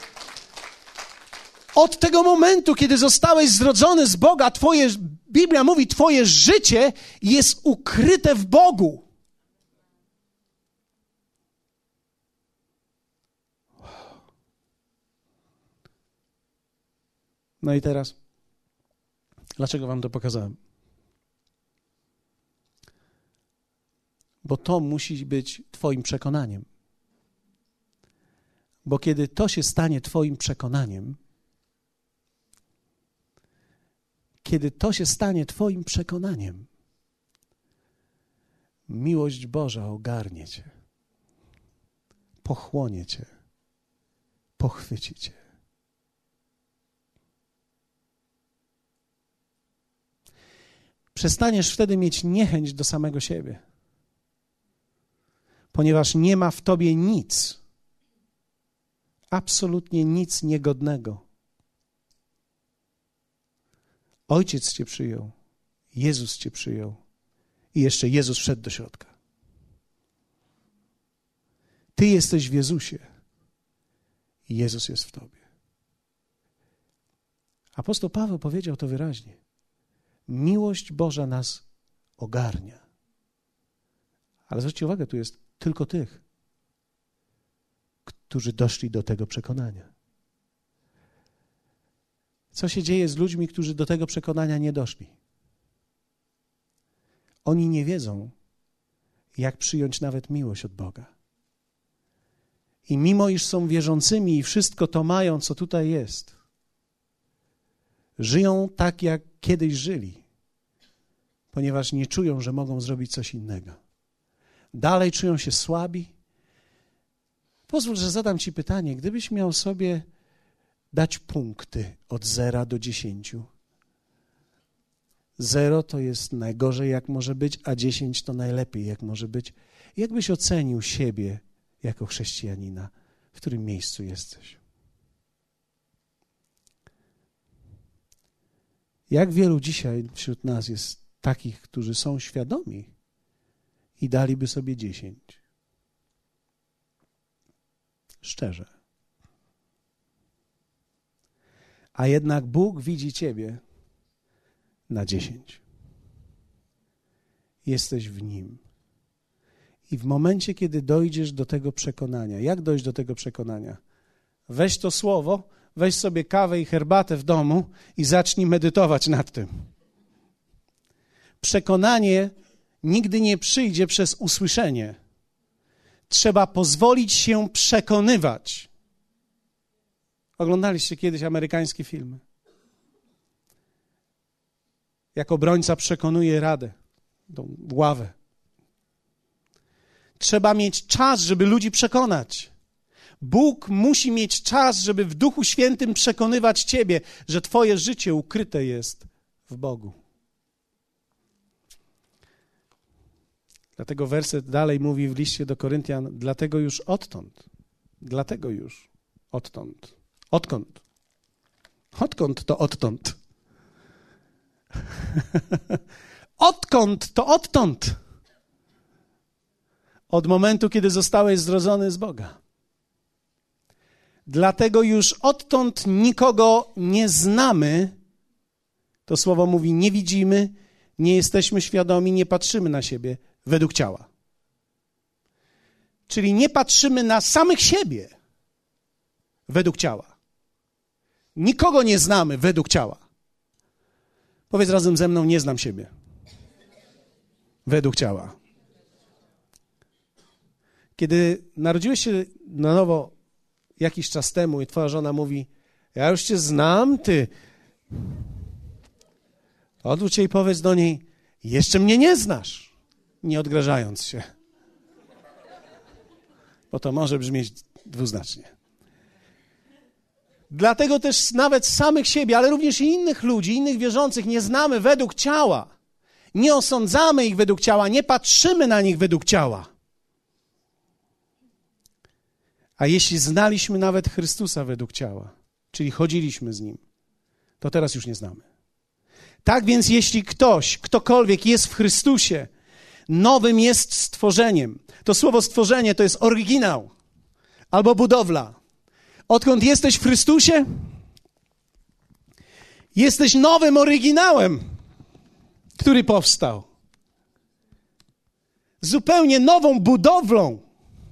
Od tego momentu, kiedy zostałeś zrodzony z Boga, Biblia mówi, twoje życie jest ukryte w Bogu. No i teraz, dlaczego wam to pokazałem? Bo to musi być twoim przekonaniem. Bo kiedy to się stanie twoim przekonaniem, miłość Boża ogarnie cię, pochłonie cię, pochwyci cię. Przestaniesz wtedy mieć niechęć do samego siebie, ponieważ nie ma w tobie nic, absolutnie nic niegodnego. Ojciec cię przyjął, Jezus cię przyjął i jeszcze Jezus wszedł do środka. Ty jesteś w Jezusie i Jezus jest w tobie. Apostoł Paweł powiedział to wyraźnie. Miłość Boża nas ogarnia. Ale zwróćcie uwagę, tu jest tylko tych, którzy doszli do tego przekonania. Co się dzieje z ludźmi, którzy do tego przekonania nie doszli? Oni nie wiedzą, jak przyjąć nawet miłość od Boga. I mimo iż są wierzącymi i wszystko to mają, co tutaj jest, żyją tak, jak kiedyś żyli, ponieważ nie czują, że mogą zrobić coś innego. Dalej czują się słabi. Pozwól, że zadam ci pytanie. Gdybyś miał sobie dać punkty od 0 do 10. 0 to jest najgorzej, jak może być, a 10 to najlepiej, jak może być. Jak byś ocenił siebie jako chrześcijanina? W którym miejscu jesteś? Jak wielu dzisiaj wśród nas jest takich, którzy są świadomi i daliby sobie 10? Szczerze. A jednak Bóg widzi ciebie na 10. Jesteś w Nim. I w momencie, kiedy dojdziesz do tego przekonania, jak dojść do tego przekonania? Weź to słowo, weź sobie kawę i herbatę w domu i zacznij medytować nad tym. Przekonanie nigdy nie przyjdzie przez usłyszenie. Trzeba pozwolić się przekonywać. Oglądaliście kiedyś amerykańskie filmy? Jak obrońca przekonuje radę, tą ławę. Trzeba mieć czas, żeby ludzi przekonać. Bóg musi mieć czas, żeby w Duchu Świętym przekonywać ciebie, że twoje życie ukryte jest w Bogu. Dlatego werset dalej mówi w liście do Koryntian, dlatego już odtąd. Odkąd? Odkąd to odtąd? Odkąd to odtąd? Od momentu, kiedy zostałeś zrodzony z Boga. Dlatego już odtąd nikogo nie znamy. To słowo mówi, nie widzimy, nie jesteśmy świadomi, nie patrzymy na siebie według ciała. Czyli nie patrzymy na samych siebie według ciała. Nikogo nie znamy według ciała. Powiedz razem ze mną, nie znam siebie według ciała. Kiedy narodziłeś się na nowo jakiś czas temu i twoja żona mówi, ja już cię znam, ty. Odwróć się i powiedz do niej, jeszcze mnie nie znasz, nie odgrażając się. Bo to może brzmieć dwuznacznie. Dlatego też nawet samych siebie, ale również i innych ludzi, innych wierzących nie znamy według ciała. Nie osądzamy ich według ciała, nie patrzymy na nich według ciała. A jeśli znaliśmy nawet Chrystusa według ciała, czyli chodziliśmy z Nim, to teraz już nie znamy. Tak więc jeśli ktokolwiek jest w Chrystusie, nowym jest stworzeniem. To słowo stworzenie to jest oryginał albo budowla. Odkąd jesteś w Chrystusie, jesteś nowym oryginałem, który powstał. Zupełnie nową budowlą.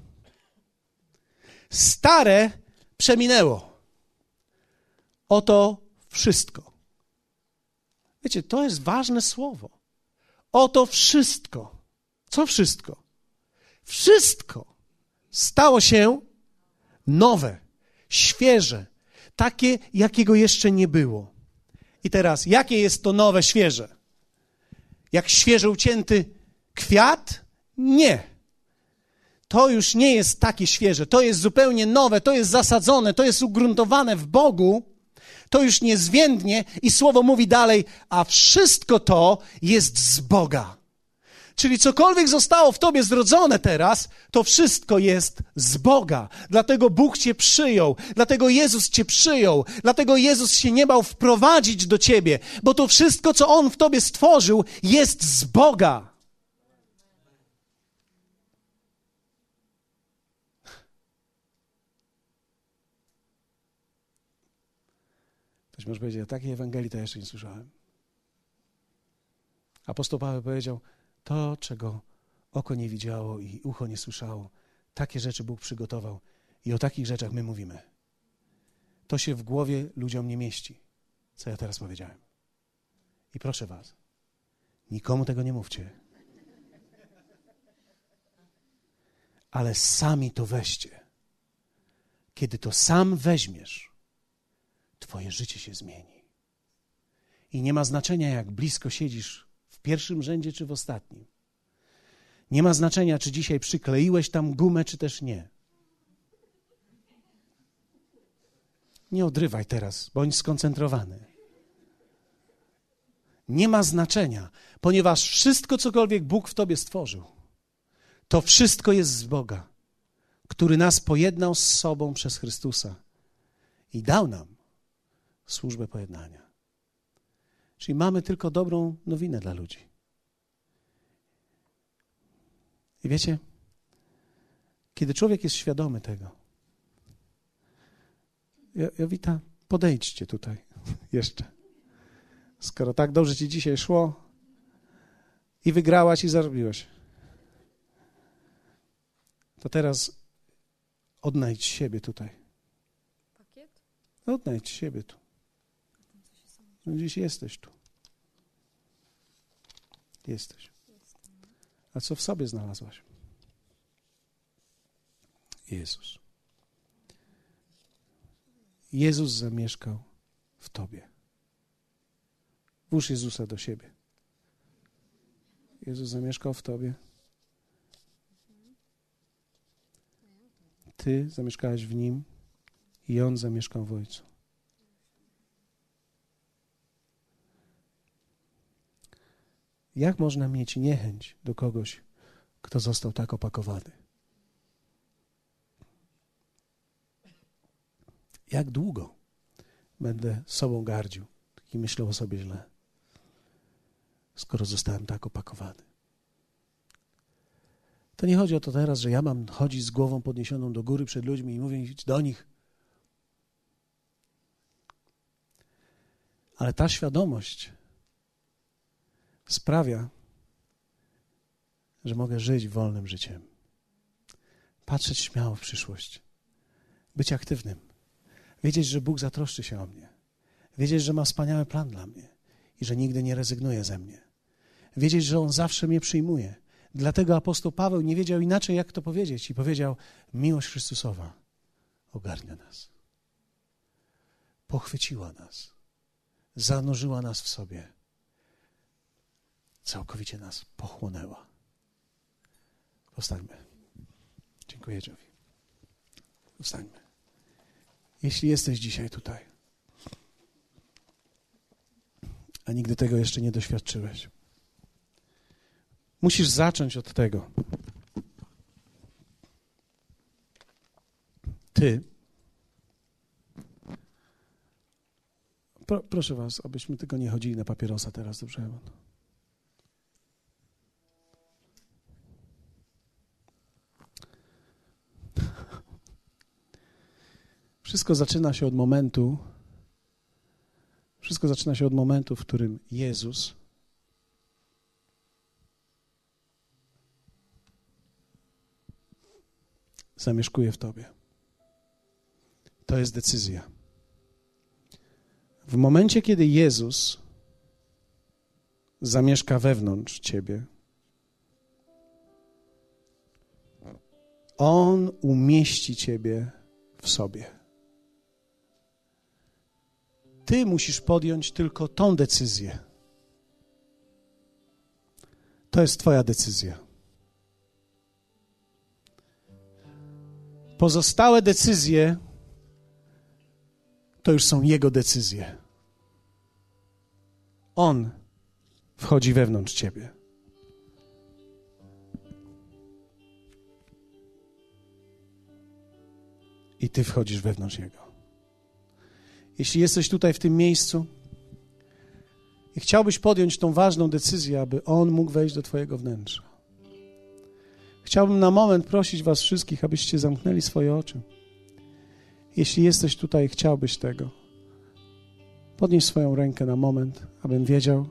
Stare przeminęło. Oto wszystko. Wiecie, to jest ważne słowo. Oto wszystko. Co wszystko? Wszystko stało się nowe, świeże, takie, jakiego jeszcze nie było. I teraz, jakie jest to nowe, świeże? Jak świeżo ucięty kwiat? Nie. To już nie jest takie świeże, to jest zupełnie nowe, to jest zasadzone, to jest ugruntowane w Bogu, to już nie zwiędnie i słowo mówi dalej, a wszystko to jest z Boga. Czyli cokolwiek zostało w tobie zrodzone teraz, to wszystko jest z Boga. Dlatego Bóg cię przyjął, dlatego Jezus cię przyjął, dlatego Jezus się nie bał wprowadzić do ciebie, bo to wszystko, co On w tobie stworzył, jest z Boga. Ktoś może powiedzieć, takiej Ewangelii to ja jeszcze nie słyszałem. Apostoł Paweł powiedział, to, czego oko nie widziało i ucho nie słyszało, takie rzeczy Bóg przygotował i o takich rzeczach my mówimy. To się w głowie ludziom nie mieści, co ja teraz powiedziałem. I proszę was, nikomu tego nie mówcie. Ale sami to weźcie. Kiedy to sam weźmiesz, twoje życie się zmieni. I nie ma znaczenia, jak blisko siedzisz w pierwszym rzędzie czy w ostatnim. Nie ma znaczenia, czy dzisiaj przykleiłeś tam gumę, czy też nie. Nie odrywaj teraz, bądź skoncentrowany. Nie ma znaczenia, ponieważ wszystko, cokolwiek Bóg w tobie stworzył, to wszystko jest z Boga, który nas pojednał z sobą przez Chrystusa i dał nam służbę pojednania. Czyli mamy tylko dobrą nowinę dla ludzi. I wiecie, kiedy człowiek jest świadomy tego, Jowita, podejdźcie tutaj jeszcze. Skoro tak dobrze ci dzisiaj szło i wygrałaś i zarobiłaś, to teraz odnajdź siebie tutaj. Pakiet? Odnajdź siebie tu. Dziś jesteś tu. Jesteś. A co w sobie znalazłaś? Jezus. Jezus zamieszkał w tobie. Włóż Jezusa do siebie. Jezus zamieszkał w tobie. Ty zamieszkałeś w Nim i On zamieszkał w Ojcu. Jak można mieć niechęć do kogoś, kto został tak opakowany? Jak długo będę sobą gardził i myślał o sobie źle, skoro zostałem tak opakowany? To nie chodzi o to teraz, że ja mam chodzić z głową podniesioną do góry przed ludźmi i mówić do nich. Ale ta świadomość sprawia, że mogę żyć wolnym życiem. Patrzeć śmiało w przyszłość. Być aktywnym. Wiedzieć, że Bóg zatroszczy się o mnie. Wiedzieć, że ma wspaniały plan dla mnie i że nigdy nie rezygnuje ze mnie. Wiedzieć, że On zawsze mnie przyjmuje. Dlatego apostoł Paweł nie wiedział inaczej, jak to powiedzieć i powiedział: miłość Chrystusowa ogarnia nas. Pochwyciła nas. Zanurzyła nas w sobie. Całkowicie nas pochłonęła. Powstańmy. Dziękuję Jowi. Powstańmy. Jeśli jesteś dzisiaj tutaj, a nigdy tego jeszcze nie doświadczyłeś, musisz zacząć od tego. Ty. Proszę was, abyśmy tylko nie chodzili na papierosa teraz, dobrze? Wszystko zaczyna się od momentu, w którym Jezus zamieszkuje w tobie. To jest decyzja. W momencie, kiedy Jezus zamieszka wewnątrz ciebie, On umieści ciebie w sobie. Ty musisz podjąć tylko tą decyzję. To jest twoja decyzja. Pozostałe decyzje to już są Jego decyzje. On wchodzi wewnątrz ciebie. I ty wchodzisz wewnątrz Jego. Jeśli jesteś tutaj w tym miejscu i chciałbyś podjąć tą ważną decyzję, aby On mógł wejść do twojego wnętrza, chciałbym na moment prosić was wszystkich, abyście zamknęli swoje oczy. Jeśli jesteś tutaj i chciałbyś tego, podnieś swoją rękę na moment, abym wiedział,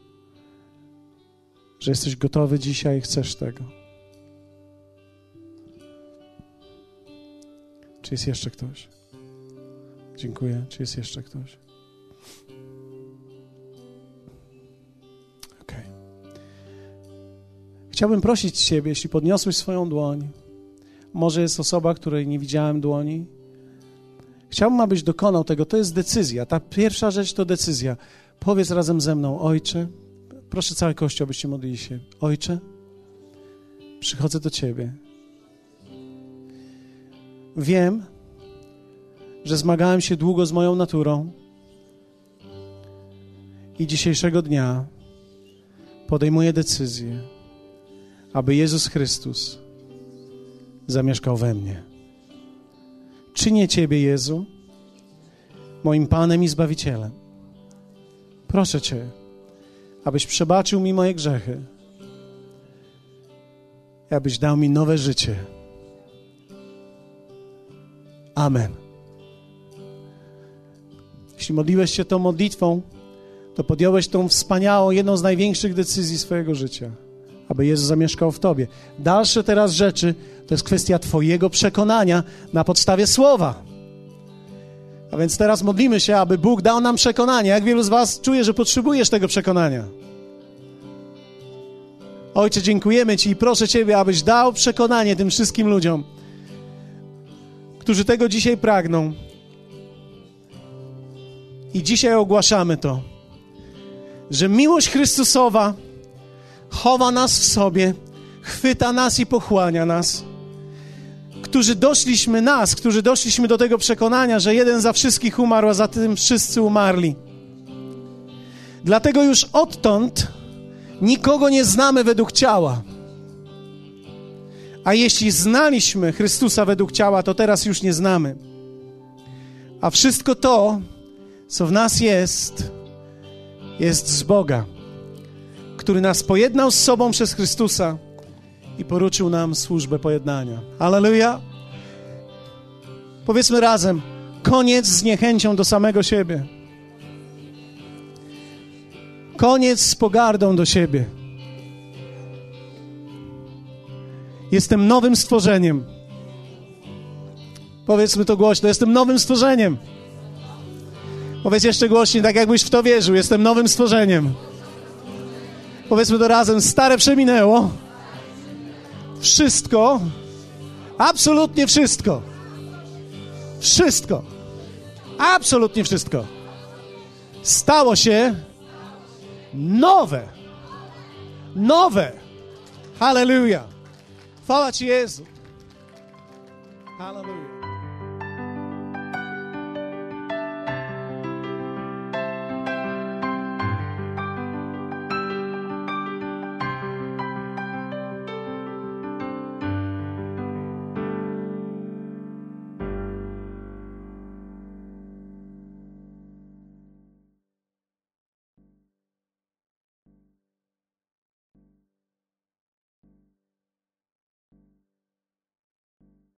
że jesteś gotowy dzisiaj i chcesz tego. Czy jest jeszcze ktoś? Dziękuję. Czy jest jeszcze ktoś? Okej. Chciałbym prosić Ciebie, jeśli podniosłeś swoją dłoń, może jest osoba, której nie widziałem dłoni. Chciałbym, abyś dokonał tego. To jest decyzja. Ta pierwsza rzecz to decyzja. Powiedz razem ze mną: Ojcze, proszę cały Kościół, abyście modlili się. Ojcze, przychodzę do Ciebie. Wiem, że zmagałem się długo z moją naturą i dzisiejszego dnia podejmuję decyzję, aby Jezus Chrystus zamieszkał we mnie. Czynię Ciebie, Jezu, moim Panem i Zbawicielem. Proszę Cię, abyś przebaczył mi moje grzechy i abyś dał mi nowe życie. Amen. Jeśli modliłeś się tą modlitwą, to podjąłeś tą wspaniałą, jedną z największych decyzji swojego życia, aby Jezus zamieszkał w tobie. Dalsze teraz rzeczy to jest kwestia twojego przekonania na podstawie Słowa. A więc teraz modlimy się, aby Bóg dał nam przekonanie. Jak wielu z was czuje, że potrzebujesz tego przekonania? Ojcze, dziękujemy Ci i proszę Ciebie, abyś dał przekonanie tym wszystkim ludziom, którzy tego dzisiaj pragną. I dzisiaj ogłaszamy to, że miłość Chrystusowa chowa nas w sobie, chwyta nas i pochłania nas. Którzy doszliśmy do tego przekonania, że jeden za wszystkich umarł, a za tym wszyscy umarli. Dlatego już odtąd nikogo nie znamy według ciała. A jeśli znaliśmy Chrystusa według ciała, to teraz już nie znamy. A wszystko to, co w nas jest z Boga, który nas pojednał z sobą przez Chrystusa i poruczył nam służbę pojednania. Halleluja! Powiedzmy razem, koniec z niechęcią do samego siebie. Koniec z pogardą do siebie. Jestem nowym stworzeniem. Powiedzmy to głośno, jestem nowym stworzeniem. Powiedz jeszcze głośniej, tak jakbyś w to wierzył, jestem nowym stworzeniem. Powiedzmy to razem, stare przeminęło. Wszystko, absolutnie wszystko. Wszystko, absolutnie wszystko stało się nowe. Nowe. Halleluja. Chwała Ci, Jezu. Halleluja.